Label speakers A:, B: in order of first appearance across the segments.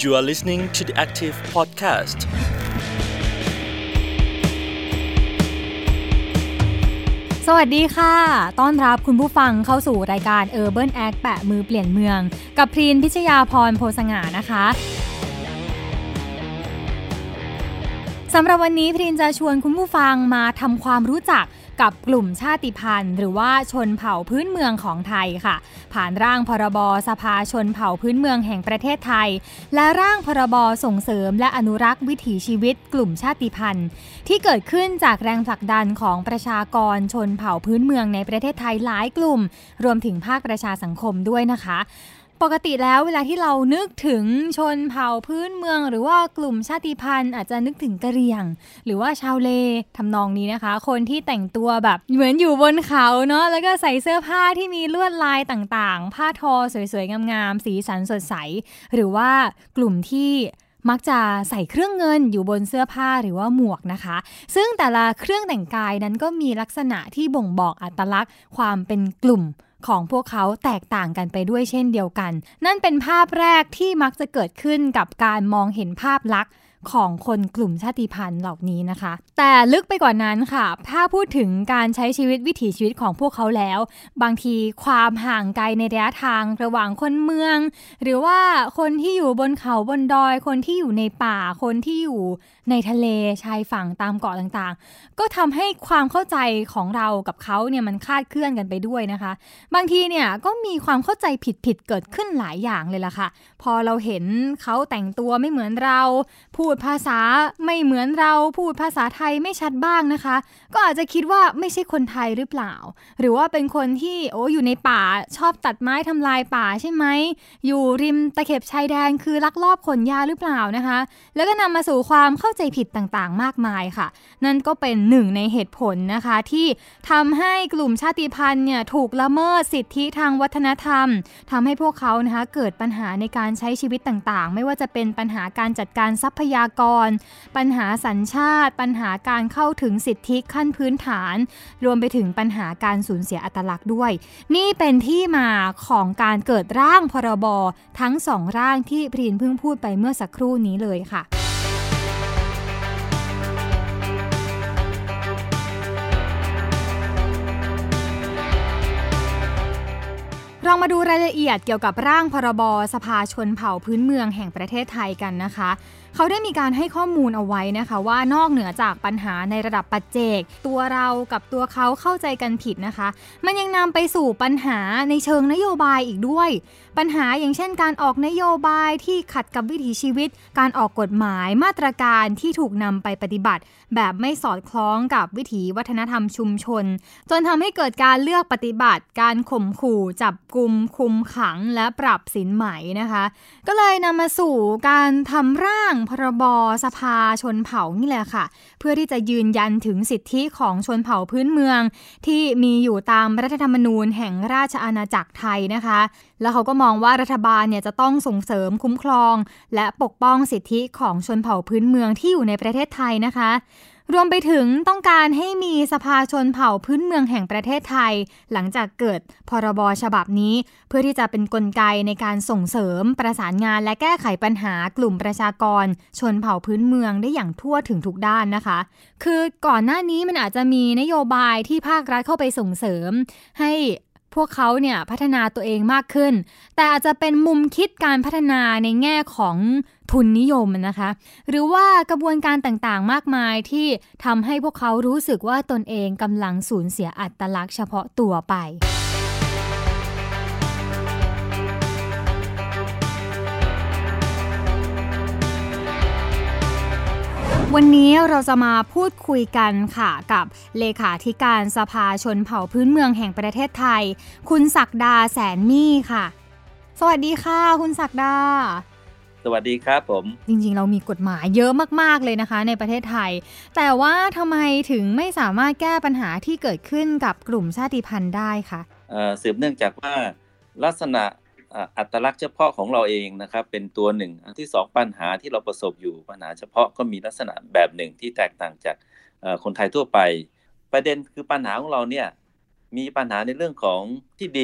A: You are listening to the Active Podcast.
B: สวัสดีค่ะต้อนรับคุณผู้ฟังเข้าสู่รายการ Urban Act แปะมือเปลี่ยนเมืองกับพรีนพิชยาพรโพสง่านะคะสำหรับวันนี้พรีนจะชวนคุณผู้ฟังมาทำความรู้จักกับกลุ่มชาติพันธุ์หรือว่าชนเผ่าพื้นเมืองของไทยค่ะผ่านร่างพรบสภาชนเผ่าพื้นเมืองแห่งประเทศไทยและร่างพรบส่งเสริมและอนุรักษ์วิถีชีวิตกลุ่มชาติพันธุ์ที่เกิดขึ้นจากแรงผลักดันของประชากรชนเผ่าพื้นเมืองในประเทศไทยหลายกลุ่มรวมถึงภาคประชาสังคมด้วยนะคะปกติแล้วเวลาที่เรานึกถึงชนเผ่าพื้นเมืองหรือว่ากลุ่มชาติพันธุ์อาจจะนึกถึงกะเหรี่ยงหรือว่าชาวเลทำนองนี้นะคะคนที่แต่งตัวแบบเหมือนอยู่บนเขาเนาะแล้วก็ใส่เสื้อผ้าที่มีลวดลายต่างๆผ้าทอสวยๆงามๆสีสันสดใสหรือว่ากลุ่มที่มักจะใส่เครื่องเงินอยู่บนเสื้อผ้าหรือว่าหมวกนะคะซึ่งแต่ละเครื่องแต่งกายนั้นก็มีลักษณะที่บ่งบอกอัตลักษณ์ความเป็นกลุ่มของพวกเขาแตกต่างกันไปด้วยเช่นเดียวกันนั่นเป็นภาพแรกที่มักจะเกิดขึ้นกับการมองเห็นภาพลักษณ์ของคนกลุ่มชาติพันธุ์เหล่านี้นะคะแต่ลึกไปกว่านั้นค่ะถ้าพูดถึงการใช้ชีวิตวิถีชีวิตของพวกเขาแล้วบางทีความห่างไกลในระยะทางระหว่างคนเมืองหรือว่าคนที่อยู่บนเขาบนดอยคนที่อยู่ในป่าคนที่อยู่ในทะเลชายฝั่งตามเกาะต่างๆก็ทำให้ความเข้าใจของเรากับเขาเนี่ยมันคลาดเคลื่อนกันไปด้วยนะคะบางทีเนี่ยก็มีความเข้าใจผิดๆเกิดขึ้นหลายอย่างเลยล่ะค่ะพอเราเห็นเขาแต่งตัวไม่เหมือนเราพูดภาษาไม่เหมือนเราพูดภาษาไทยไม่ชัดบ้างนะคะก็อาจจะคิดว่าไม่ใช่คนไทยหรือเปล่าหรือว่าเป็นคนที่อยู่ในป่าชอบตัดไม้ทำลายป่าใช่ไหมอยู่ริมตะเข็บชายแดนคือลักลอบขนยาหรือเปล่านะคะแล้วก็นำมาสู่ความเข้าใจผิดต่างๆมากมายค่ะนั่นก็เป็นหนึ่งในเหตุผลนะคะที่ทำให้กลุ่มชาติพันธุ์เนี่ยถูกละเมิดสิทธิทางวัฒนธรรมทำให้พวกเขานะคะเกิดปัญหาในการใช้ชีวิตต่างๆไม่ว่าจะเป็นปัญหาการจัดการทรัพยากรปัญหาสัญชาติปัญหาการเข้าถึงสิทธิขั้นพื้นฐานรวมไปถึงปัญหาการสูญเสียอัตลักษณ์ด้วยนี่เป็นที่มาของการเกิดร่างพรบทั้งสองร่างที่พรีนเพิ่งพูดไปเมื่อสักครู่นี้เลยค่ะเรามาดูรายละเอียดเกี่ยวกับร่างพรบสภาชนเผ่าพื้นเมืองแห่งประเทศไทยกันนะคะเขาได้มีการให้ข้อมูลเอาไว้นะคะว่านอกเหนือจากปัญหาในระดับปัจเจกตัวเรากับตัวเขาเข้าใจกันผิดนะคะมันยังนำไปสู่ปัญหาในเชิงนโยบายอีกด้วยปัญหาอย่างเช่นการออกนโยบายที่ขัดกับวิถีชีวิตการออกกฎหมายมาตรการที่ถูกนำไปปฏิบัติแบบไม่สอดคล้องกับวิถีวัฒนธรรมชุมชนจนทำให้เกิดการเลือกปฏิบัติการข่มขู่จับกุมคุมขังและปรับสินไหมนะคะก็เลยนำมาสู่การทำร่างพรบสภาชนเผ่านี่แหละค่ะเพื่อที่จะยืนยันถึงสิทธิของชนเผ่าพื้นเมืองที่มีอยู่ตามรัฐธรรมนูญแห่งราชอาณาจักรไทยนะคะแล้วเขาก็มองว่ารัฐบาลเนี่ยจะต้องส่งเสริมคุ้มครองและปกป้องสิทธิของชนเผ่าพื้นเมืองที่อยู่ในประเทศไทยนะคะรวมไปถึงต้องการให้มีสภาชนเผ่าพื้นเมืองแห่งประเทศไทยหลังจากเกิดพรบฉบับนี้เพื่อที่จะเป็นกลไกในการส่งเสริมประสานงานและแก้ไขปัญหากลุ่มประชากรชนเผ่าพื้นเมืองได้อย่างทั่วถึงทุกด้านนะคะคือก่อนหน้านี้มันอาจจะมีนโยบายที่ภาครัฐเข้าไปส่งเสริมให้พวกเขาเนี่ยพัฒนาตัวเองมากขึ้นแต่อาจจะเป็นมุมคิดการพัฒนาในแง่ของทุนนิยมนะคะหรือว่ากระบวนการต่างๆมากมายที่ทำให้พวกเขารู้สึกว่าตนเองกำลังสูญเสียอัตลักษณ์เฉพาะตัวไปวันนี้เราจะมาพูดคุยกันค่ะกับเลขาธิการสภาชนเผ่าพื้นเมืองแห่งประเทศไทยคุณศักดาแสนมี่ค่ะสวัสดีค่ะคุณศักดา
C: สวัสดีครับผม
B: จริงๆเรามีกฎหมายเยอะมากๆเลยนะคะในประเทศไทยแต่ว่าทำไมถึงไม่สามารถแก้ปัญหาที่เกิดขึ้นกับกลุ่มชาติพันธุ์ได้คะ
C: สืบเนื่องจากว่าลักษณะอัตลักษณ์เฉพาะของเราเองนะครับเป็นตัวหนึ่งอันที่สองปัญหาที่เราประสบอยู่ปัญหาเฉพาะก็มีลักษณะแบบหนึ่งที่แตกต่างจากคนไทยทั่วไปประเด็นคือปัญหาของเราเนี่ยมีปัญหาในเรื่องของที่ดิน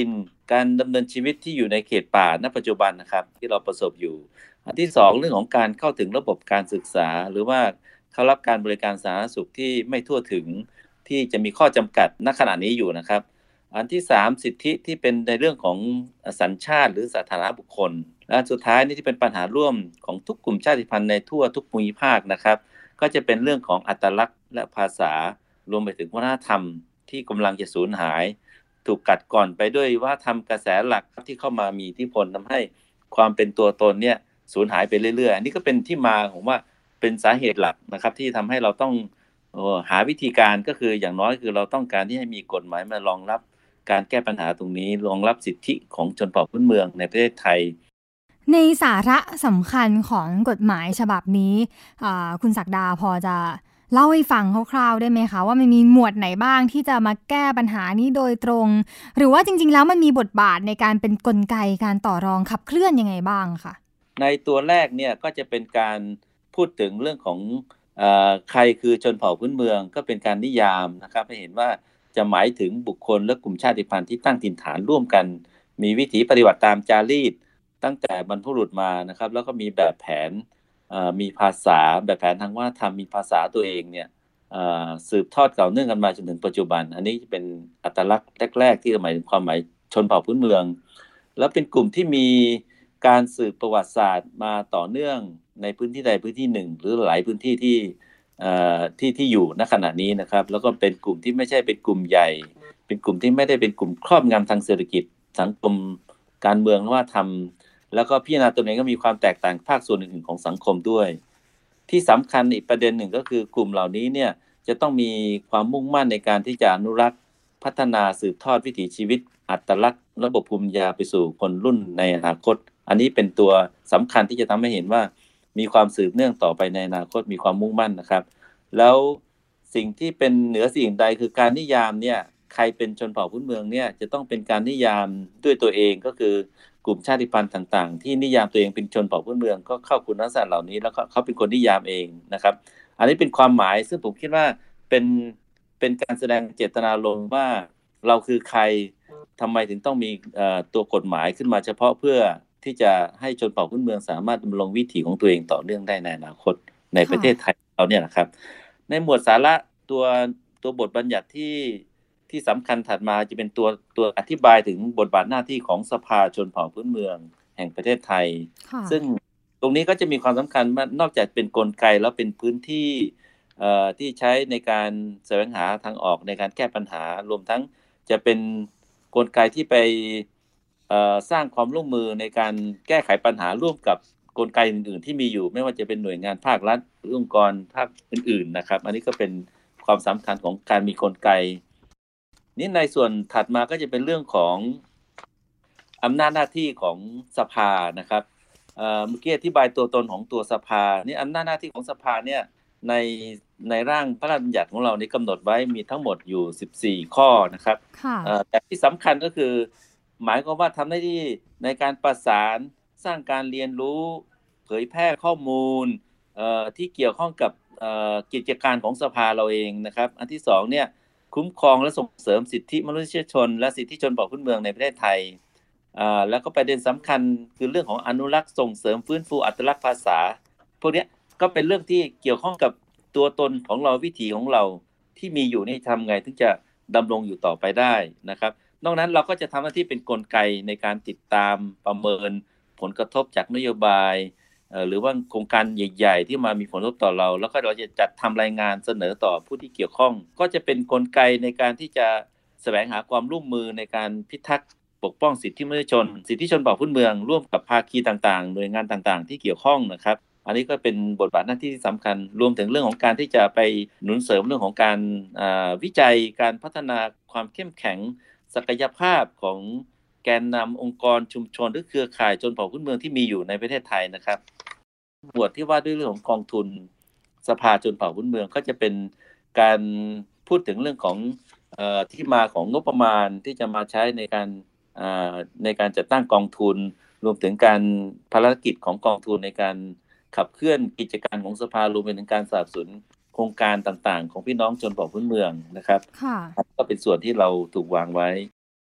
C: การดำเนินชีวิตที่อยู่ในเขตป่าณปัจจุบันนะครับที่เราประสบอยู่อันที่2เรื่องของการเข้าถึงระบบการศึกษาหรือว่าเข้ารับการบริการสาธารณสุขที่ไม่ทั่วถึงที่จะมีข้อจำกัดณขณะนี้อยู่นะครับอันที่3สิทธิที่เป็นในเรื่องของสัญชาติหรือสาธารณบุคคลและสุดท้ายนี่ที่เป็นปัญหาร่วมของทุกกลุ่มชาติพันธุ์ในทั่วทุกภูมิภาคนะครับก็จะเป็นเรื่องของอัตลักษณ์และภาษารวมไปถึงวัฒนธรรมที่กำลังจะสูญหายถูกกัดก่อนไปด้วยวัฒนธรรมกระแสหลักที่เข้ามามีอิทธิพลทำให้ความเป็นตัวตนเนี่ยสูญหายไปเรื่อยๆอันนี้ก็เป็นที่มาของว่าเป็นสาเหตุหลักนะครับที่ทำให้เราต้องหาวิธีการก็คืออย่างน้อยคือเราต้องการที่ให้มีกฎหมายมารองรับการแก้ปัญหาตรงนี้รองรับสิทธิของชนเผ่าพื้นเมืองในประเทศไทย
B: ในสาระสำคัญของกฎหมายฉบับนี้คุณศักดาพอจะเล่าให้ฟังคร่าวๆได้ไหมคะว่ามันมีหมวดไหนบ้างที่จะมาแก้ปัญหานี้โดยตรงหรือว่าจริงๆแล้วมันมีบทบาทในการเป็นกลไกการต่อรองขับเคลื่อนยังไงบ้างคะ
C: ในตัวแรกเนี่ยก็จะเป็นการพูดถึงเรื่องของใครคือชนเผ่าพื้นเมืองก็เป็นการนิยามนะครับให้เห็นว่าจะหมายถึงบุคคลและกลุ่มชาติพันธุ์ที่ตั้งถิ่นฐานร่วมกันมีวิถีปฏิบัติตามจารีตตั้งแต่บรรพบุรุษมานะครับแล้วก็มีแบบแผนมีภาษาแบบแผนทางวัฒนธรรมมีภาษาตัวเองเนี่ยสืบทอดต่อเนื่องกันมาจนถึงปัจจุบันอันนี้จะเป็นอัตลักษณ์แรกๆที่หมายถึงความหมายชนเผ่าพื้นเมืองแล้วเป็นกลุ่มที่มีการสืบประวัติศาสตร์มาต่อเนื่องในพื้นที่ใดพื้นที่หนึ่งหรือหลายพื้นที่ที่อยู่ณขณะนี้นะครับแล้วก็เป็นกลุ่มที่ไม่ใช่เป็นกลุ่มใหญ่เป็นกลุ่มที่ไม่ได้เป็นกลุ่มครอบงำทางเศรษฐกิจสังคมการเมืองว่าทำแล้วก็พิจารณาตัวเองก็มีความแตกต่างภาคส่วนอื่นๆของสังคมด้วยที่สำคัญอีกประเด็นหนึ่งก็คือกลุ่มเหล่านี้เนี่ยจะต้องมีความมุ่งมั่นในการที่จะอนุรักษ์พัฒนาสืบทอดวิถีชีวิตอัตลักษณ์ระบบภูมิปัญญาไปสู่คนรุ่นในอนาคตอันนี้เป็นตัวสำคัญที่จะทำให้เห็นว่ามีความสืบเนื่องต่อไปในอนาคตมีความมุ่งมั่นนะครับแล้วสิ่งที่เป็นเหนือสิ่งใดคือการนิยามเนี่ยใครเป็นชนเผ่าพื้นเมืองเนี่ยจะต้องเป็นการนิยามด้วยตัวเองก็คือกลุ่มชาติพันธุ์ต่างๆที่นิยามตัวเองเป็นชนเผ่าพื้นเมืองก็เข้าคุณลักษณะเหล่านี้แล้วก็เขาเป็นคนนิยามเองนะครับอันนี้เป็นความหมายซึ่งผมคิดว่าเป็นการแสดงเจตนารมณ์ว่าเราคือใครทำไมถึงต้องมีตัวกฎหมายขึ้นมาเฉพาะเพื่อที่จะให้ชนเผ่าพื้นเมืองสามารถดำรงวิถีของตัวเองต่อเนื่องได้ในอนาคตในประเทศไทยเราเนี่ยนะครับในหมวดสาระตัวบทบัญญัติที่สำคัญถัดมาจะเป็นตัวอธิบายถึงบทบาทหน้าที่ของสภาชนเผ่าพื้นเมืองแห่งประเทศไทยซึ่งตรงนี้ก็จะมีความสำคัญว่านอกจากเป็นกลไกแล้วเป็นพื้นที่ที่ใช้ในการแสวงหาทางออกในการแก้ปัญหารวมทั้งจะเป็นกลไกที่ไปสร้างความร่วมมือในการแก้ไขปัญหาร่วมกับกลไกอื่นๆที่มีอยู่ไม่ว่าจะเป็นหน่วยงานภาครัฐหรือองค์กรภาคอื่นๆนะครับอันนี้ก็เป็นความสำคัญของการมีกลไกนี่ในส่วนถัดมาก็จะเป็นเรื่องของอำนาจหน้าที่ของสภานะครับเมื่อกี้อธิบายตัวตนของตัวสภานี่อำนาจหน้าที่ของสภาเนี่ยในร่างพระราชบัญญัติของเรานี่กำหนดไว้มีทั้งหมดอยู่14ข้อนะครับแต่ที่สำคัญก็คือหมายความว่าทำหน้าที่ในการประสานสร้างการเรียนรู้เผยแพร่ข้อมูลที่เกี่ยวข้องกับกิจการของสภาเราเองนะครับอันที่2เนี่ยคุ้มครองและส่งเสริมสิทธิมนุษยชนและสิทธิชนเผ่าพื้นเมืองในประเทศไทยแล้วก็ประเด็นสำคัญคือเรื่องของอนุรักษ์ส่งเสริมฟื้นฟูอัตลักษณ์ภาษาพวกนี้ก็เป็นเรื่องที่เกี่ยวข้องกับตัวตนของเราวิถีของเราที่มีอยู่นี่ทำไงถึงจะดำรงอยู่ต่อไปได้นะครับนอกนั้นเราก็จะทำหน้าที่เป็นกลไกในการติดตามประเมินผลกระทบจากนโยบายหรือว่าโครงการใหญ่ๆที่มามีผลกระทบต่อเราแล้วก็เราจะจัดทำรายงานเสนอต่อผู้ที่เกี่ยวข้องก็จะเป็นกลไกในการที่จะแสวงหาความร่วมมือในการพิทักษ์ปกป้องสิทธิมนุษยชนสิทธิชนเผ่าพื้นเมืองร่วมกับภาคีต่างๆหน่วยงานต่างๆที่เกี่ยวข้องนะครับอันนี้ก็เป็นบทบาทหน้าที่ที่สำคัญรวมถึงเรื่องของการที่จะไปหนุนเสริมเรื่องของการวิจัยการพัฒนาความเข้มแข็งศักยภาพของแกนนำองค์กรชุมชนหรือเครือข่ายชนเผ่าพื้นเมืองที่มีอยู่ในประเทศไทยนะครับหมวดที่ว่าด้วยเรื่องของกองทุนสภาชนเผ่าพื้นเมืองก็จะเป็นการพูดถึงเรื่องของที่มาของงบประมาณที่จะมาใช้ในการจัดตั้งกองทุนรวมถึงการภารกิจของกองทุนในการขับเคลื่อนกิจการของสภารวมไปถึงการสนับสนุนโครงการต่างๆของพี่น้องชนเผ่าพื้นเมืองนะครับก็เป็นส่วนที่เราถูกวางไว้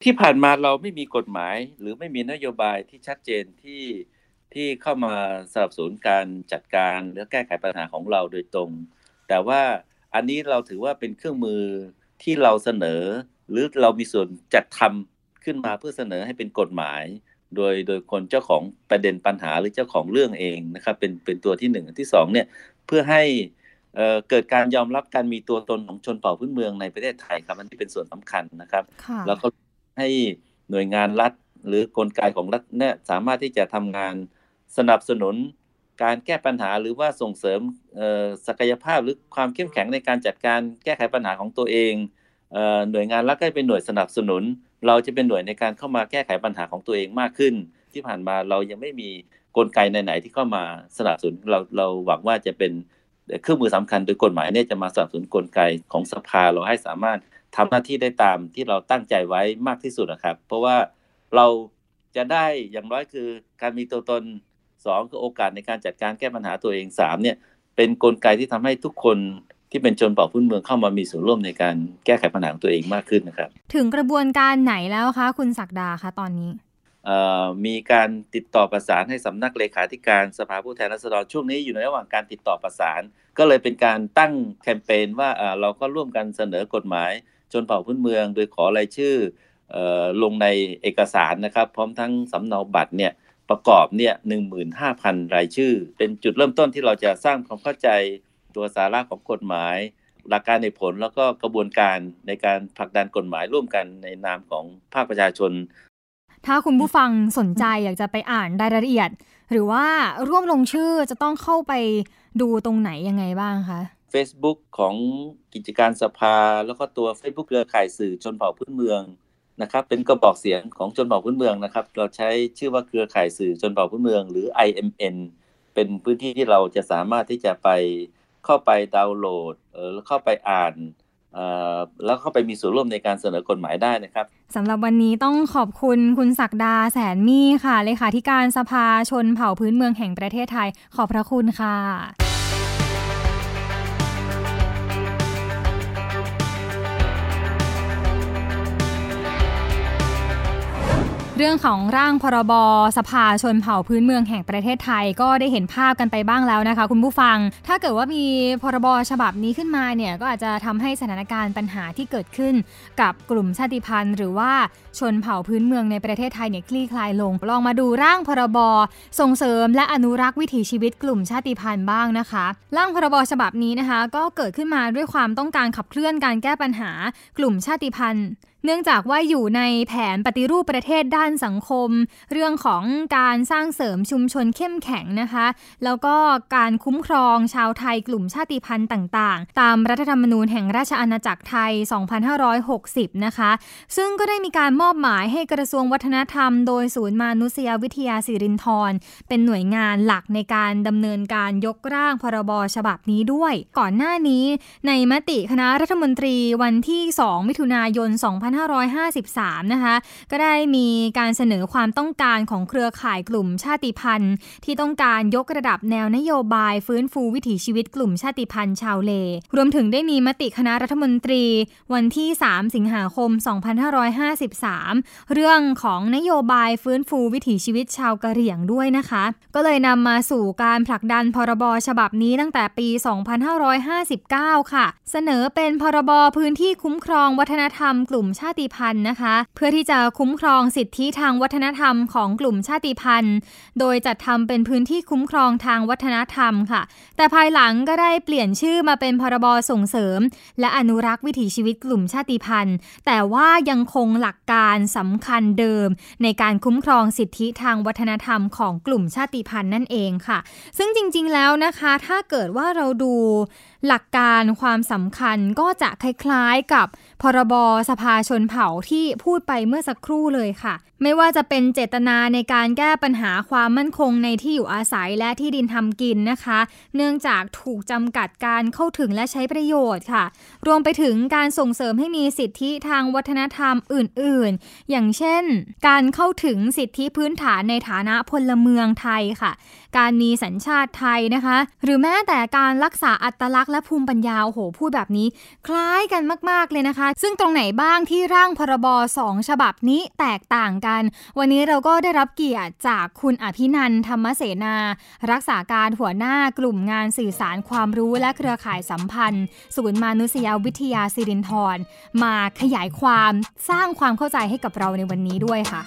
C: ที่ผ่านมาเราไม่มีกฎหมายหรือไม่มีนโยบายที่ชัดเจนที่เข้ามาสนับสนุนการจัดการหรือแก้ไขปัญหาของเราโดยตรงแต่ว่าอันนี้เราถือว่าเป็นเครื่องมือที่เราเสนอหรือเรามีส่วนจัดทำขึ้นมาเพื่อเสนอให้เป็นกฎหมายโดยคนเจ้าของประเด็นปัญหาหรือเจ้าของเรื่องเองนะครับเป็นตัวที่1ที่2เนี่ยเพื่อให้เกิดการยอมรับการมีตัวตนของชนเผ่าพื้นเมืองในประเทศไทยครับอันนี้เป็นส่วนสำคัญนะครับแล้วก็ให้หน่วยงานรัฐหรือกลไกของรัฐเนี่ยสามารถที่จะทำงานสนับสนุนการแก้ปัญหาหรือว่าส่งเสริมศักยภาพหรือความเข้มแข็งในการจัดการแก้ไขปัญหาของตัวเองหน่วยงานรัฐก็เป็นหน่วยสนับสนุนเราจะเป็นหน่วยในการเข้ามาแก้ไขปัญหาของตัวเองมากขึ้นที่ผ่านมาเรายังไม่มีกลไกไหนๆที่เข้ามาสนับสนุนเราหวังว่าจะเป็นเครื่องมือสำคัญโดยกฎหมายเนี่ยจะมาสนับสนุนกลไกของสภาเราให้สามารถทำหน้าที่ได้ตามที่เราตั้งใจไว้มากที่สุดนะครับเพราะว่าเราจะได้อย่างน้อยคือการมีตัวตน2คือโอกาสในการจัดการแก้ปัญหาตัวเอง3เนี่ยเป็นกลไกที่ทำให้ทุกคนที่เป็นชนเผ่าพื้นเมืองเข้ามามีส่วนร่วมในการแก้ไขปัญหาของตัวเองมากขึ้นนะครับ
B: ถึงกระบวนการไหนแล้วคะคุณศักดาคะตอนนี้
C: มีการติดต่อประสานให้สำนักเลขาธิการสภาผู้แทนราษฎรช่วงนี้อยู่ในระหว่างการติดต่อประสานก็เลยเป็นการตั้งแคมเปญว่าเราก็ร่วมกันเสนอกฎหมายชนเผ่าพื้นเมืองโดยขอรายชื่อลงในเอกสารนะครับพร้อมทั้งสำเนาบัตรเนี่ยประกอบเนี่ย 15,000 รายชื่อเป็นจุดเริ่มต้นที่เราจะสร้างความเข้าใจตัวสาระของกฎหมายหลักการในผลแล้วก็กระบวนการในการผลักดันกฎหมายร่วมกันในนามของภาคประชาชน
B: ถ้าคุณผู้ฟังสนใจอยากจะไปอ่านรายละเอียดหรือว่าร่วมลงชื่อจะต้องเข้าไปดูตรงไหนยังไงบ้างคะ
C: Facebook ของกิจการสภาแล้วก็ตัว Facebook เครือข่ายสื่อชนเผ่าพื้นเมืองนะครับเป็นกระบอกเสียงของชนเผ่าพื้นเมืองนะครับเราใช้ชื่อว่าเครือข่ายสื่อชนเผ่าพื้นเมืองหรือ IMN เป็นพื้นที่ที่เราจะสามารถที่จะไปเข้าไปดาวน์โหลดแล้วเข้าไปอ่านแล้วเข้าไปมีส่วนร่วมในการเสนอกฎหมายได้นะครับ
B: สำหรับวันนี้ต้องขอบคุณคุณศักดาแสนมี่ค่ะเลขาธิการสภาชนเผ่าพื้นเมืองแห่งประเทศไทยขอบพระคุณค่ะเรื่องของร่างพรบสภาชนเผ่าพื้นเมืองแห่งประเทศไทยก็ได้เห็นภาพกันไปบ้างแล้วนะคะคุณผู้ฟังถ้าเกิดว่ามีพรบฉบับนี้ขึ้นมาเนี่ยก็อาจจะทำให้สถานการณ์ปัญหาที่เกิดขึ้นกับกลุ่มชาติพันธุ์หรือว่าชนเผ่าพื้นเมืองในประเทศไทยเนี่ยคลี่คลายลงลองมาดูร่างพรบส่งเสริมและอนุรักษ์วิถีชีวิตกลุ่มชาติพันธุ์บ้างนะคะร่างพรบฉบับนี้นะคะก็เกิดขึ้นมาด้วยความต้องการขับเคลื่อนการแก้ปัญหากลุ่มชาติพันธุ์เนื่องจากว่าอยู่ในแผนปฏิรูปประเทศด้านสังคมเรื่องของการสร้างเสริมชุมชนเข้มแข็งนะคะแล้วก็การคุ้มครองชาวไทยกลุ่มชาติพันธุ์ต่างๆตามรัฐธรรมนูญแห่งราชอาณาจักรไทย 2560 นะคะซึ่งก็ได้มีการมอบหมายให้กระทรวงวัฒนธรรมโดยศูนย์มานุษยวิทยาสิรินธรเป็นหน่วยงานหลักในการดำเนินการยกร่างพรบฉบับนี้ด้วยก่อนหน้านี้ในมติคณะรัฐมนตรีวันที่ 2 มิถุนายน 2553 นะคะก็ได้มีการเสนอความต้องการของเครือข่ายกลุ่มชาติพันธุ์ที่ต้องการยกระดับแนวนโยบายฟื้นฟูวิถีชีวิตกลุ่มชาติพันธุ์ชาวเลรวมถึงได้มีมติคณะรัฐมนตรีวันที่ 3 สิงหาคม 2553 เรื่องของนโยบายฟื้นฟูวิถีชีวิตชาวกะเหรี่ยงด้วยนะคะก็เลยนำมาสู่การผลักดันพรบฉบับนี้ตั้งแต่ปี 2559 ค่ะเสนอเป็นพรบพื้นที่คุ้มครองวัฒนธรรมกลุ่มชาติพันธุ์นะคะเพื่อที่จะคุ้มครองสิทธิทางวัฒนธรรมของกลุ่มชาติพันธุ์โดยจัดทำเป็นพื้นที่คุ้มครองทางวัฒนธรรมค่ะแต่ภายหลังก็ได้เปลี่ยนชื่อมาเป็นพรบส่งเสริมและอนุรักษ์วิถีชีวิตกลุ่มชาติพันธุ์แต่ว่ายังคงหลักการสำคัญเดิมในการคุ้มครองสิทธิทางวัฒนธรรมของกลุ่มชาติพันธุ์นั่นเองค่ะซึ่งจริงๆแล้วนะคะถ้าเกิดว่าเราดูหลักการความสำคัญก็จะคล้ายๆกับพรบสภาชนเผ่าที่พูดไปเมื่อสักครู่เลยค่ะไม่ว่าจะเป็นเจตนาในการแก้ปัญหาความมั่นคงในที่อยู่อาศัยและที่ดินทำกินนะคะเนื่องจากถูกจำกัดการเข้าถึงและใช้ประโยชน์ค่ะรวมไปถึงการส่งเสริมให้มีสิทธิทางวัฒนธรรมอื่นๆอย่างเช่นการเข้าถึงสิทธิพื้นฐานในฐานะพลเมืองไทยค่ะการมีสัญชาติไทยนะคะหรือแม้แต่การรักษาอัตลักษณ์และภูมิปัญญาโอ้โหพูดแบบนี้คล้ายกันมากๆเลยนะคะซึ่งตรงไหนบ้างที่ร่างพรบ2ฉบับนี้แตกต่างกันวันนี้เราก็ได้รับเกียรติจากคุณอภินันท์ธรรมเสนารักษาการหัวหน้ากลุ่มงานสื่อสารความรู้และเครือข่ายสัมพันธ์ศูนย์มานุษยวิทยาสิรินธรมาขยายความสร้างความเข้าใจให้กับเราในวันนี้ด้วยค่ะ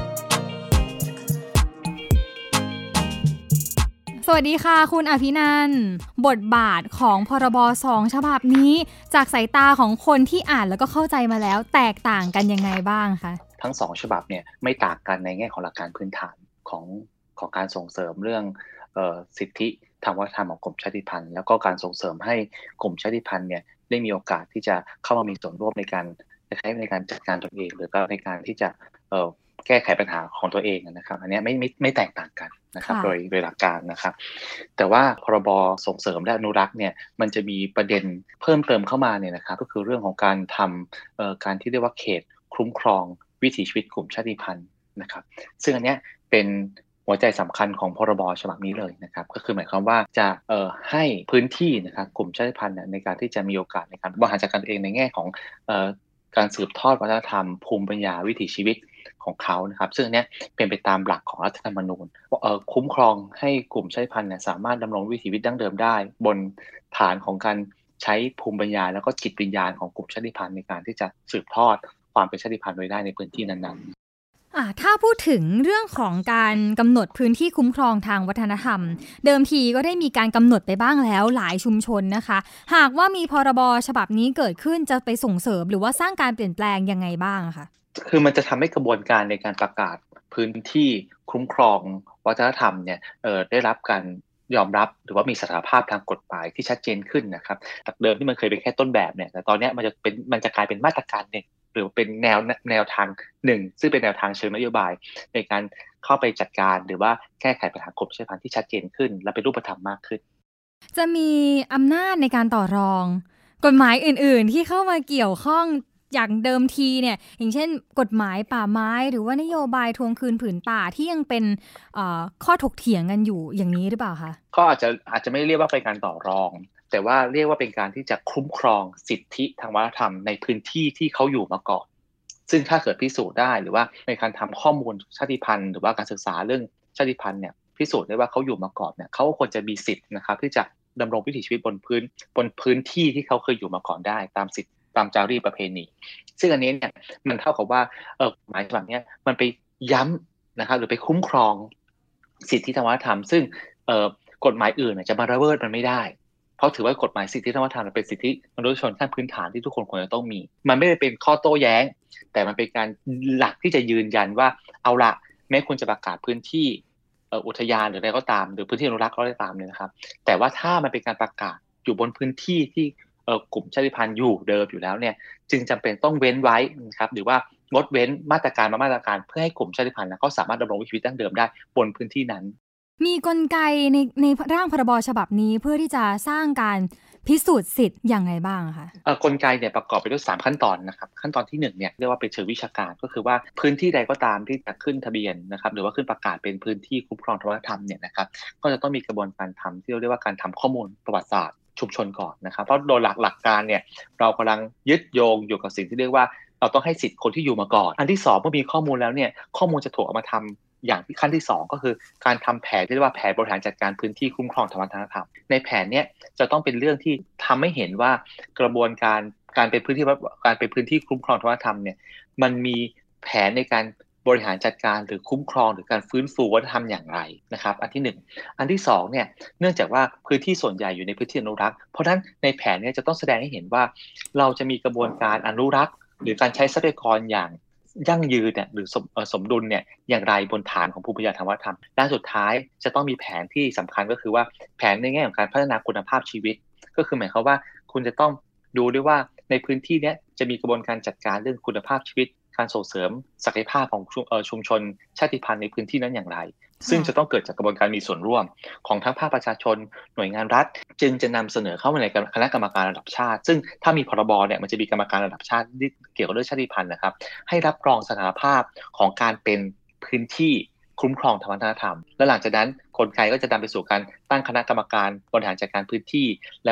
B: สวัสดีค่ะคุณอภินันท์บทบาทของพรบ2ฉบับนี้จากสายตาของคนที่อ่านแล้วก็เข้าใจมาแล้วแตกต่างกันยังไงบ้างคะ
D: ทั้ง2ฉบับเนี่ยไม่ต่างกันในแง่ของหลักการพื้นฐานของการส่งเสริมเรื่องสิทธิทางวัฒนธรรมของกลุ่มชาติพันธุ์แล้วก็การส่งเสริมให้กลุ่มชาติพันธุ์เนี่ยได้มีโอกาสที่จะเข้ามามีส่วนร่วมในการจัดการตนเองหรือก็ในการที่จะแก้ไขปัญหาของตัวเองนะครับอันนี้ไม่แตกต่างกันนะครับโดยหลักการนะครับแต่ว่าพรบส่งเสริมและอนุรักษ์เนี่ยมันจะมีประเด็นเพิ่มเติมเข้ามาเนี่ยนะครับก็คือเรื่องของการทำการที่เรียกว่าเขตคุ้มครองวิถีชีวิตกลุ่มชาติพันธุ์นะครับซึ่งอันเนี้ยเป็นหัวใจสำคัญของพรบฉบับนี้เลยนะครับก็คือหมายความว่าจะให้พื้นที่นะครับกลุ่มชาติพันธุ์ในการที่จะมีโอกาสในการบริหารจัดการเองในแง่ของการสืบทอดวัฒนธรรมภูมิปัญญาวิถีชีวิตของเขานะครับซึ่งอันนี้เป็นไปตามหลักของรัฐธรรมนูญคุ้มครองให้กลุ่มชาติพันธุ์สามารถดำรงวิถีชีวิตดั้งเดิมได้บนฐานของการใช้ภูมิปัญญาแล้วก็จิตวิญญาณของกลุ่มชาติพันธุ์ในการที่จะสืบทอดความเป็นชาติพันธุ์ไว้ได้ในพื้นที่นั้น
B: ถ้าพูดถึงเรื่องของการกำหนดพื้นที่คุ้มครองทางวัฒนธรรมเดิมทีก็ได้มีการกำหนดไปบ้างแล้วหลายชุมชนนะคะหากว่ามีพรบฉบับนี้เกิดขึ้นจะไปส่งเสริมหรือว่าสร้างการเปลี่ยนแปลงยังไงบ้างคะ
D: คือมันจะทำให้กระบวนการในการประกาศพื้นที่คุ้มครองวัฒนธรรมเนี่ยได้รับการยอมรับหรือว่ามีสถานภาพทางกฎหมายที่ชัดเจนขึ้นนะครับจากเดิมที่มันเคยเป็นแค่ต้นแบบเนี่ยแต่ตอนนี้มันจะกลายเป็นมาตรการหนึ่งหรือเป็นแนวทางหนึ่งซึ่งเป็นแนวทางเชิงนโยบายในการเข้าไปจัดการหรือว่าแก้ไขปัญหากลุ่มชาติพันธุ์ที่ชัดเจนขึ้นและเป็นรูปธรรมมากขึ้น
B: จะมีอำนาจในการต่อรองกฎหมายอื่นๆที่เข้ามาเกี่ยวข้องอย่างเดิมทีเนี่ยอย่างเช่นกฎหมายป่าไม้หรือว่านโยบายทวงคืนผืนป่าที่ยังเป็นข้อถกเถียงกันอยู่อย่างนี้หรือเปล่าคะ
D: ก็อาจจะไม่เรียกว่าเป็นการต่อรองแต่ว่าเรียกว่าเป็นการที่จะคุ้มครองสิทธิทางวัฒนธรรมในพื้นที่ที่เขาอยู่มาก่อนซึ่งถ้าเกิดพิสูจน์ได้หรือว่าในการทำข้อมูลชาติพันธุ์หรือว่าการศึกษาเรื่องชาติพันธุ์เนี่ยพิสูจน์ได้ว่าเขาอยู่มาก่อนเนี่ยเขาควรจะมีสิทธิ์นะครับที่จะดำรงวิถีชีวิตบนพื้นที่ที่เขาเคยอยู่มาก่อนได้ตามสิทธิตามจารีตประเพณีซึ่งอันนี้เนี่ยมันเท่ากับว่าหมายฉบับนี้มันไปย้ำนะครับหรือไปคุ้มครองสิทธิทางวัฒนธรรมซึ่งกฎหมายอื่นจะมาละเมิดมันไม่ได้เพราะถือว่ากฎหมายสิทธิทางวัฒนธรรมเป็นสิทธิมนุษยชนขั้นพื้นฐานที่ทุกคนควรจะต้องมีมันไม่ได้เป็นข้อโต้แย้งแต่มันเป็นการหลักที่จะยืนยันว่าเอาละแม้คุณจะประกาศพื้นที่อุทยานหรืออะไรก็ตามหรือพื้นที่อนุรักษ์ก็ได้ตามเนี่ยนะครับแต่ว่าถ้ามันเป็นการประกาศอยู่บนพื้นที่ที่กลุ่มชาติพันธุ์อยู่เดิมอยู่แล้วเนี่ยจึงจำเป็นต้องเว้นไว้นะครับหรือว่างดเว้นมาตรการเพื่อให้กลุ่มชาติพันธุ์เขาสามารถดำรงวิถีชีวิตดั้งเดิมได้บนพื้นที่นั้น
B: มีกลไกในร่างพรบฉบับนี้เพื่อที่จะสร้างการพิสูจน์สิทธิ์อย่างไรบ้างคะ
D: กลไกเนี่ยประกอบไปด้วย3ขั้นตอนนะครับขั้นตอนที่1เนี่ยเรียกว่าเป็นเชิงวิชาการก็คือว่าพื้นที่ใดก็ตามที่จะขึ้นทะเบียนนะครับหรือว่าขึ้นประกาศเป็นพื้นที่คุ้มครองทางวัฒนธรรมเนี่ยนะครับก็จะต้องมีกระบวนการทำที่เรียกว่าการทำข้อมูลประวัติศาสตร์ชุมชนก่อนนะครับเพราะโดยหลักการเนี่ยเรากำลังยึดโยงอยู่กับสิ่งที่เรียกว่าเราต้องให้สิทธิ์คนที่อยู่มาก่อนอันที่2เมื่อมีข้อมูลแล้วเนี่ยข้อมูลจะถูกเอามาทำอย่างที่ขั้นที่2ก็คือการทำแผนที่เรียกว่าแผนบริหารจัดการพื้นที่คุ้มครองทางวัฒนธรรมในแผนเนี้ยจะต้องเป็นเรื่องที่ทำให้เห็นว่ากระบวนการเป็นพื้นที่คุ้มครองทางวัฒนธรรมเนี่ยมันมีแผนในการบริหารจัดการหรือคุ้มครองหรือการฟื้นฟูวัฒนธรรมอย่างไรนะครับอันที่1อันที่2เนี่ยเนื่องจากว่าพื้นที่ส่วนใหญ่อยู่ในพื้นที่อนุรักษ์เพราะฉะนั้นในแผนเนี่ยจะต้องแสดงให้เห็นว่าเราจะมีกระบวนการอนุรักษ์หรือการใช้ทรัพยากรอย่างยั่งยืนเนี่ยหรือสมดุลเนี่ยอย่างไรบนฐานของภูมิปัญญาทางวัฒนธรรมด้านสุดท้ายจะต้องมีแผนที่สำคัญก็คือว่าแผนในแง่ของการพัฒนาคุณภาพชีวิตก็คือหมายความว่าคุณจะต้องดูด้วยว่าในพื้นที่นี้จะมีกระบวนการจัดการเรื่องคุณภาพชีวิตการส่งเสริมศักยภาพของชุมชนชาติพันธุ์ในพื้นที่นั้นอย่างไรซึ่งจะต้องเกิดจากกระบวนการมีส่วนร่วมของทั้งภาคประชาชนหน่วยงานรัฐจึงจะนำเสนอเข้ามาในคณะกรรมการระดับชาติซึ่งถ้ามีพรบเนี่ยมันจะมีกรรมการระดับชาติที่เกี่ยวกับเรื่องชาติพันธุ์นะครับให้รับรองสถานภาพของการเป็นพื้นที่คุ้มครองทางวัฒนธรรมและหลังจากนั้นกลไกก็จะนำไปสู่การตั้งคณะกรรมการบริหารจัดการพื้นที่แล้วก็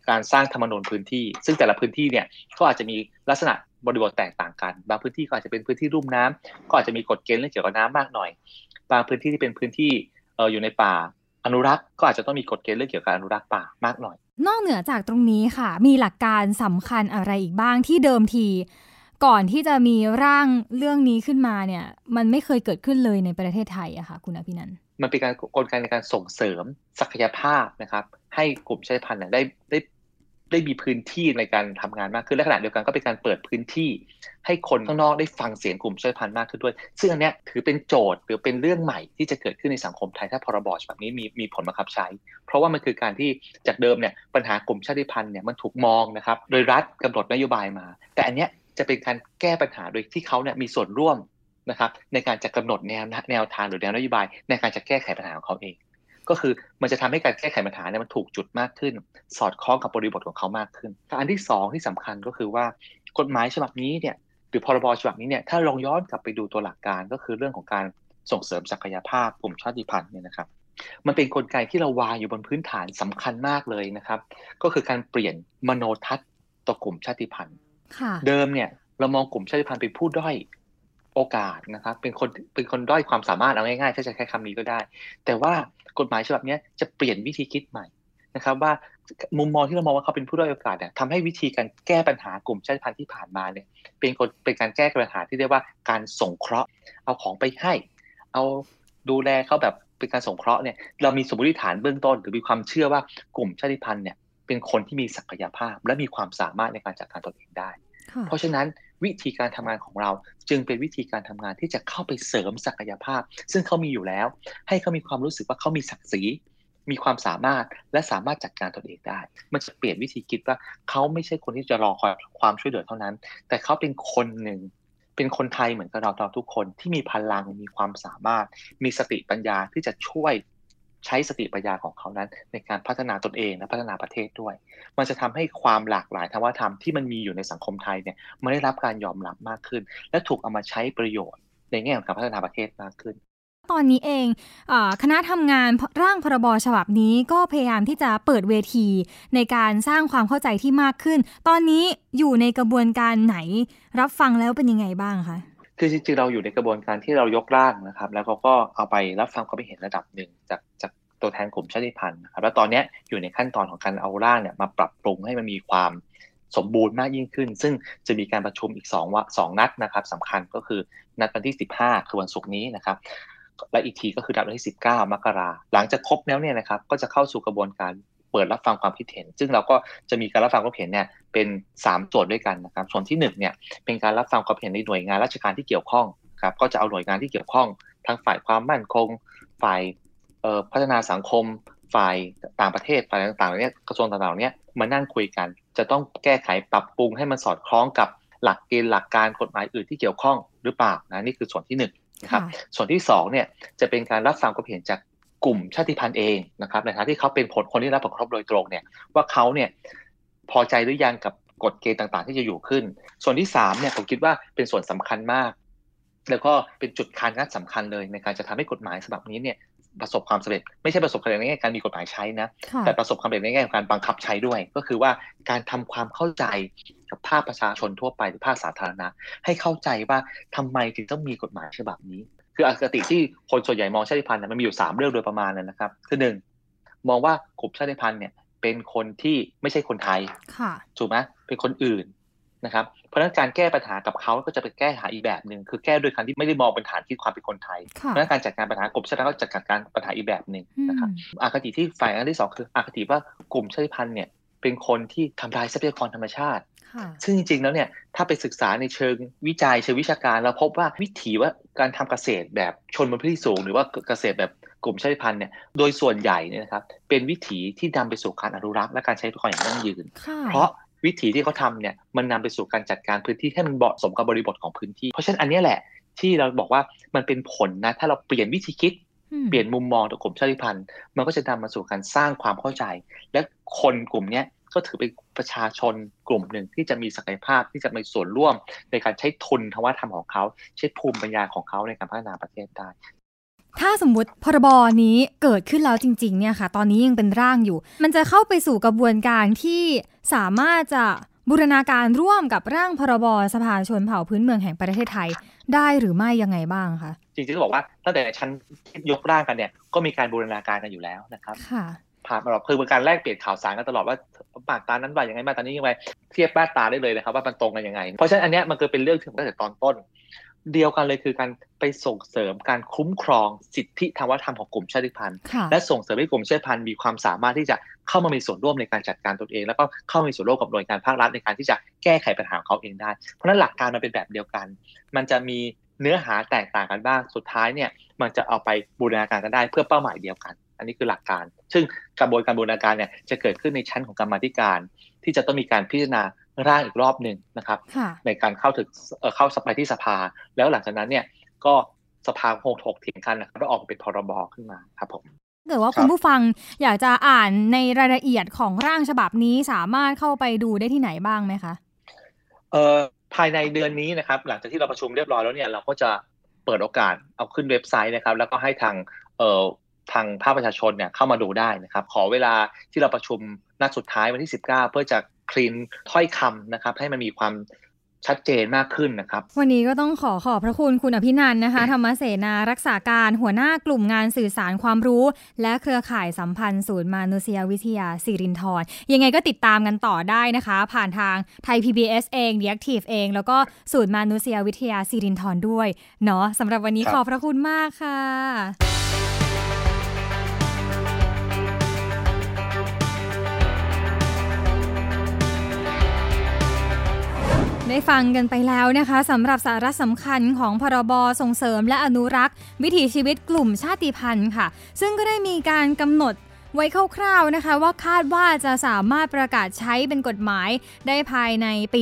D: การสร้างธรรมนูญพื้นที่ซึ่งแต่ละพื้นที่เนี่ยก็อาจจะมีลักษณะบริบทแตกต่างกันบางพื้นที่ก็อาจจะเป็นพื้นที่ลุ่มน้ำก็อาจจะมีกฎเกณฑ์เรื่องเกี่ยวกับน้ำมากหน่อยบางพื้นที่ที่เป็นพื้นที่อยู่ในป่าอนุรักษ์ก็อาจจะต้องมีกฎเกณฑ์เรื่องเกี่ยวกับอนุรักษ์ป่ามากหน่อย
B: นอกเหนือจากตรงนี้ค่ะมีหลักการสำคัญอะไรอีกบ้างที่เดิมทีก่อนที่จะมีร่างเรื่องนี้ขึ้นมาเนี่ยมันไม่เคยเกิดขึ้นเลยในประเทศไทยอะค่ะคุณอภินันท์
D: มันเป็นการกลไกในการส่งเสริมศักยภาพนะครับให้กลุ่มชาติพันธุ์ได้มีพื้นที่ในการทำงานมากขึ้นและขณะเดียวกันก็เป็นการเปิดพื้นที่ให้คนข้างนอกได้ฟังเสียงกลุ่มชาติพันธุ์มากขึ้นด้วยซึ่งอันเนี้ยถือเป็นโจทย์หรือเป็นเรื่องใหม่ที่จะเกิดขึ้นในสังคมไทยถ้าพรบฉบับนี้มีผลบังคับใช้เพราะว่ามันคือการที่จากเดิมเนี่ยปัญหากลุ่มชาติพันธุ์เนี่ยมันถูกมองนะครับโดยรัฐกำหนดนโยบายมาแต่อันเนี้ยจะเป็นการแก้ปัญหาโดยที่เขาเนี่ยมีส่วนร่วมนะครับในการจะกำหนดแนวทางหรือแนวนโยบายในการจะแก้ไขปัญหาของเขาเองก็คือมันจะทำให้การแก้ไขปัญหาเนี่ยมันถูกจุดมากขึ้นสอดคล้องกับบริบทของเขามากขึ้นอันที่2ที่สำคัญก็คือว่ากฎหมายฉบับนี้เนี่ยหรือพรบฉบับนี้เนี่ยถ้าลองย้อนกลับไปดูตัวหลักการก็คือเรื่องของการส่งเสริมศักยภาพกลุ่มชาติพันธุ์เนี่ยนะครับมันเป็นกลไกที่เราวางอยู่บนพื้นฐานสำคัญมากเลยนะครับก็คือการเปลี่ยนมโนทัศน์ต่อกลุ่มชาติพันธุ์เดิมเนี่ยเรามองกลุ่มชาติพันธุ์เป็นผู้ด้อยโอกาสนะครับเป็นคนด้อยความสามารถเอาง่ายๆถ้าจะใช้คำนี้ก็ได้แต่ว่ากฎหมายฉบับนี้จะเปลี่ยนวิธีคิดใหม่นะครับว่ามุมมองที่เรามองว่าเขาเป็นผู้ด้อยโอกาสเนี่ยทำให้วิธีการแก้ปัญหากลุ่มชาติพันธุ์ที่ผ่านมาเนี่ยเป็นการแก้ปัญหาที่เรียกว่าการสงเคราะห์เอาของไปให้เอาดูแลเขาแบบเป็นการสงเคราะห์เนี่ยเรามีสมมติฐานเบื้องต้นหรือมีความเชื่อว่ากลุ่มชาติพันธุ์เนี่ยเป็นคนที่มีศักยภาพและมีความสามารถในการจัดการตนเองได้เพราะฉะนั้นวิธีการทำงานของเราจึงเป็นวิธีการทำงานที่จะเข้าไปเสริมศักยภาพซึ่งเขามีอยู่แล้วให้เขามีความรู้สึกว่าเขามีศักดิ์ศรีมีความสามารถและสามารถจัดการตนเองได้มันจะเปลี่ยนวิธีคิดว่าเขาไม่ใช่คนที่จะรอคอยความช่วยเหลือเท่านั้นแต่เขาเป็นคนหนึ่งเป็นคนไทยเหมือนกับเราทุกคนที่มีพลังมีความสามารถมีสติปัญญาที่จะช่วยใช้สติปัญญาของเขานั้นในการพัฒนาตนเองและพัฒนาประเทศด้วยมันจะทำให้ความหลากหลายทางวัฒนธรรมที่มันมีอยู่ในสังคมไทยเนี่ยมันได้รับการยอมรับมากขึ้นและถูกเอามาใช้ประโยชน์ในแง่ของการพัฒนาประเทศมากขึ้น
B: ตอนนี้เองคณะทำงานร่างพรบฉบับนี้ก็พยายามที่จะเปิดเวทีในการสร้างความเข้าใจที่มากขึ้นตอนนี้อยู่ในกระบวนการไหนรับฟังแล้วเป็นยังไงบ้างคะ
D: คือจริงๆเราอยู่ในกระบวนการที่เรายกร่างนะครับแล้วก็เอาไปรับฟังความคิดเห็นระดับหนึ่งจากตัวแทนกลุ่มชาติพันธุ์นะครับแล้วตอนนี้อยู่ในขั้นตอนของการเอาร่างเนี่ยมาปรับปรุงให้มันมีความสมบูรณ์มากยิ่งขึ้นซึ่งจะมีการประชุมอีก2นัดนะครับสำคัญก็คือนัดวันที่15คือวันศุกร์นี้นะครับและอีกทีก็คือนัดวันที่19มกราคมหลังจากครบแล้วเนี่ยนะครับก็จะเข้าสู่กระบวนการเปิดรับฟังความคิดเห็นซึ่งเราก็จะมีการรับฟังความเห็นเนี่ยเป็น3ส่วนด้วยกันนะครับส่วนที่1เนี่ยเป็นการรับฟังความเห็นในหน่วยงานราชการที่เกี่ยวข้องครับก็จะเอาหน่วยงานที่เกี่ยวข้องทั้งฝ่ายความมั่นคงฝ่ายพัฒนาสังคมฝ่ายต่างประเทศฝ่ายต่างๆเหล่านี้กระทรวงต่างๆเหล่านี้มานั่งคุยกันจะต้องแก้ไขปรับปรุงให้มันสอดคล้องกับหลักเกณฑ์หลักการกฎหมายอื่นที่เกี่ยวข้องหรือเปล่านะนี่คือส่วนที่1นะครับส่วนที่2เนี่ยจะเป็นการรับฟังความเห็นจากกลุ่มชาติพันธุ์เองนะครับในฐานะที่เขาเป็นคนที่รับผลกระทบโดยตรงเนี่ยว่าเขาเนี่ยพอใจหรือยังกับกฎเกณฑ์ต่างๆที่จะอยู่ขึ้นส่วนที่3เนี่ยผมคิดว่าเป็นส่วนสำคัญมากแล้วก็เป็นจุดคานงัดสำคัญเลยในการจะทำให้กฎหมายฉบับนี้เนี่ยประสบความสำเร็จไม่ใช่ประสบความสำเร็จในแง่การมีกฎหมายใช้นะแต่ประสบความสำเร็จในแง่ของการบังคับใช้ด้วยก็คือว่าการทำความเข้าใจกับภาคประชาชนทั่วไปหรือภาคสาธารณะให้เข้าใจว่าทำไมถึงต้องมีกฎหมายฉบับนี้คืออคติที่คนส่วนใหญ่มองชาติพันธุ์มันมีอยู่3เรื่องโดยประมาณนะครับคือ1มองว่ากลุ่มชาติพันธุ์เนี่ยเป็นคนที่ไม่ใช่คนไทยถูกไหมเป็นคนอื่นนะครับเพราะฉะนั้นการแก้ปัญหากับเขาก็จะไปแก้หาอีกแบบนึงคือแก้โดยการที่ไม่ได้มองเป็นฐานที่ความเป็นคนไทยเพราะฉะนั้นการจัดการปัญหากลุ่มชาติพันธุ์ก็จัดการปัญหาอีกแบบนึงนะครับอคติที่ฝ่ายอันที่2คืออคติว่ากลุ่มชาติพันธุ์เนี่ยเป็นคนที่ทำลายทรัพยากรธรรมชาติซึ่งจริงๆแล้วเนี่ยถ้าไปศึกษาในเชิงวิจัยเชิงวิชาการเราพบว่าวิถีว่าการทำเกษตรแบบชนบนพื้นที่สูงหรือว่าเกษตรแบบกลุ่มชาติพันธุ์เนี่ยโดยส่วนใหญ่เนี่ยนะครับเป็นวิถีที่นำไปสู่การอนุรักษ์และการใช้ทรัพยากรอย่างยั่งยืนเพราะวิถีที่เขาทำเนี่ยมันนำไปสู่การจัดการพื้นที่ให้มันเหมาะสมกับบริบทของพื้นที่เพราะฉะนั้นอันนี้แหละที่เราบอกว่ามันเป็นผลนะถ้าเราเปลี่ยนวิธีคิดเปลี่ยนมุมมองต่อกลุ่มชาติพันธุ์มันก็จะนำมาสู่การสร้างความเข้าใจและคนกลุ่มนี้ก็ถือเป็นประชาชนกลุ่มหนึ่งที่จะมีศักยภาพที่จะมีส่วนร่วมในการใช้ทุนทางวัฒนธรรมของเขาใช้ภูมิปัญญาของเขาในการพัฒนาประเทศได้
B: ถ้าสมมุติพรบนี้เกิดขึ้นแล้วจริงๆเนี่ยค่ะตอนนี้ยังเป็นร่างอยู่มันจะเข้าไปสู่กระบวนการที่สามารถจะบูรณาการร่วมกับร่างพรบสภาชนเผ่าพื้นเมืองแห่งประเทศไทยได้หรือไม่ยังไงบ้างคะ
D: จริงๆต้องบอกว่าตั้งแต่ชั้นยกร่างกันเนี่ยก็มีการบูรณาการกันอยู่แล้วนะครับ
B: ค่ะ
D: ผ่านมาคือเป็นการแลกเปลี่ยนข่าวสารกันตลอดว่ามาตรานั้นว่ายังไงมาตรานี้ยังไงเทียบมาตราได้เลยนะครับว่ามันตรงกันยังไงเพราะฉะนั้นอันเนี้ยมันคือเป็นเรื่องถึงตั้งแต่ตอนต้นเดียวกันเลยคือการไปส่งเสริมการคุ้มครองสิทธิทางวัฒนธรรมของกลุ่มชาติพันธุ์และส่งเสริมให้กลุ่มชาติพันธุ์มีความสามารถที่จะเข้ามามีส่วนร่วมในการจัดการตนเองแล้วก็เข้ามีส่วนร่วมกับหน่วยงานภาครัฐในการที่จะแก้ไขปัญหาของเขาเองได้เพราะฉะนั้นหลักการมันเป็นแบบเดียวกันมันจะมีเนื้อหาแตกต่างกันบ้างสุดท้ายเนี่ยมันจะเอาไปบูรณาการกันได้เพื่อเป้าหมายเดียวกันอันนี้คือหลักการซึ่งกระบวนการบูรณาการเนี่ยจะเกิดขึ้นในชั้นของกรรมาธิการที่จะต้องมีการพิจารณาร่างอีกรอบนึงนะครับในการเข้าไปที่สภาแล้วหลังจากนั้นเนี่ยก็สภาคงถกเถียงกันนะครับแล้วออกเป็นพรบขึ้นมาครับผม
B: เกิดว่าคุณผู้ฟังอยากจะอ่านในรายละเอียดของร่างฉบับนี้สามารถเข้าไปดูได้ที่ไหนบ้างไหมคะ
D: ภายในเดือนนี้นะครับหลังจากที่เราประชุมเรียบร้อยแล้วเนี่ยเราก็จะเปิดโอกาสเอาขึ้นเว็บไซต์นะครับแล้วก็ให้ทางภาคประชาชนเนี่ยเข้ามาดูได้นะครับขอเวลาที่เราประชุมนัดสุดท้ายวันที่19เพื่อจะคลีนถ้อยคำนะครับให้มันมีความชัดเจนมากขึ้นนะครับ
B: วันนี้ก็ต้องขอบพระคุณคุณอภินันท์นะคะธรรมเสนารักษาการหัวหน้ากลุ่มงานสื่อสารความรู้และเครือข่ายสัมพันธ์ศูนย์มานุษยวิทยาสิรินธรยังไงก็ติดตามกันต่อได้นะคะผ่านทางไทย PBS เอง The Active เองแล้วก็ศูนย์มานุษยวิทยาสิรินธรด้วยเนาะสำหรับวันนี้ขอบพระคุณมากค่ะได้ฟังกันไปแล้วนะคะสำหรับสาระสำคัญของพรบส่งเสริมและอนุรักษ์วิถีชีวิตกลุ่มชาติพันธุ์ค่ะซึ่งก็ได้มีการกำหนดไว้คร่าวๆนะคะว่าคาดว่าจะสามารถประกาศใช้เป็นกฎหมายได้ภายในปี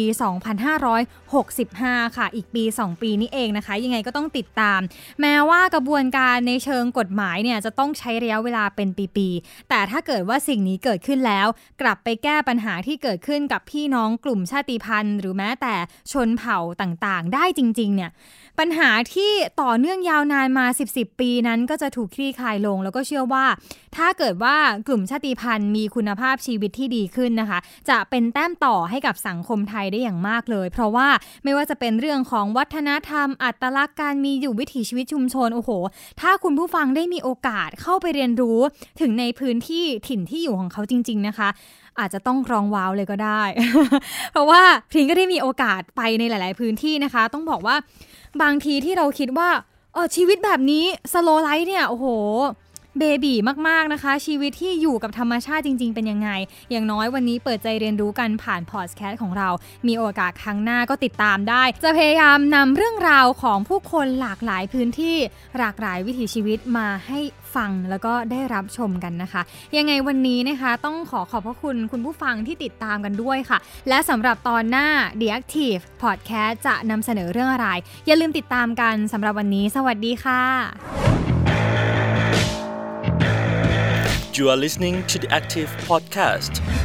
B: 2565 ค่ะอีกปี 2 ปีนี้เองนะคะยังไงก็ต้องติดตามแม้ว่ากระบวนการในเชิงกฎหมายเนี่ยจะต้องใช้ระยะเวลาเป็นปีๆแต่ถ้าเกิดว่าสิ่งนี้เกิดขึ้นแล้วกลับไปแก้ปัญหาที่เกิดขึ้นกับพี่น้องกลุ่มชาติพันธุ์หรือแม้แต่ชนเผ่าต่างๆได้จริงๆเนี่ยปัญหาที่ต่อเนื่องยาวนานมา10ปีนั้นก็จะถูกคลี่คลายลงแล้วก็เชื่อว่าถ้าเกิดว่ากลุ่มชาติพันธุ์มีคุณภาพชีวิตที่ดีขึ้นนะคะจะเป็นแต้มต่อให้กับสังคมไทยได้อย่างมากเลยเพราะว่าไม่ว่าจะเป็นเรื่องของวัฒนธรรมอัตลักษณ์การมีอยู่วิถีชีวิตชุมชนโอ้โหถ้าคุณผู้ฟังได้มีโอกาสเข้าไปเรียนรู้ถึงในพื้นที่ถิ่นที่อยู่ของเขาจริงๆนะคะอาจจะต้องร้องว้าวเลยก็ได้ เพราะว่าพริงก็ได้มีโอกาสไปในหลายๆพื้นที่นะคะต้องบอกว่าบางทีที่เราคิดว่าชีวิตแบบนี้สโลว์ไลฟ์เนี่ยโอ้โหเบบีมากๆนะคะชีวิตที่อยู่กับธรรมชาติจริงๆเป็นยังไงอย่างน้อยวันนี้เปิดใจเรียนรู้กันผ่านพอดแคสต์ของเรามีโอกาสครั้งหน้าก็ติดตามได้จะพยายามนำเรื่องราวของผู้คนหลากหลายพื้นที่หลากหลายวิถีชีวิตมาให้ฟังแล้วก็ได้รับชมกันนะคะยังไงวันนี้นะคะต้องขอบพระคุณคุณผู้ฟังที่ติดตามกันด้วยค่ะและสำหรับตอนหน้า The Active Podcast จะนำเสนอเรื่องอะไรอย่าลืมติดตามกันสำหรับวันนี้สวัสดีค่ะ
A: You are listening to the Active Podcast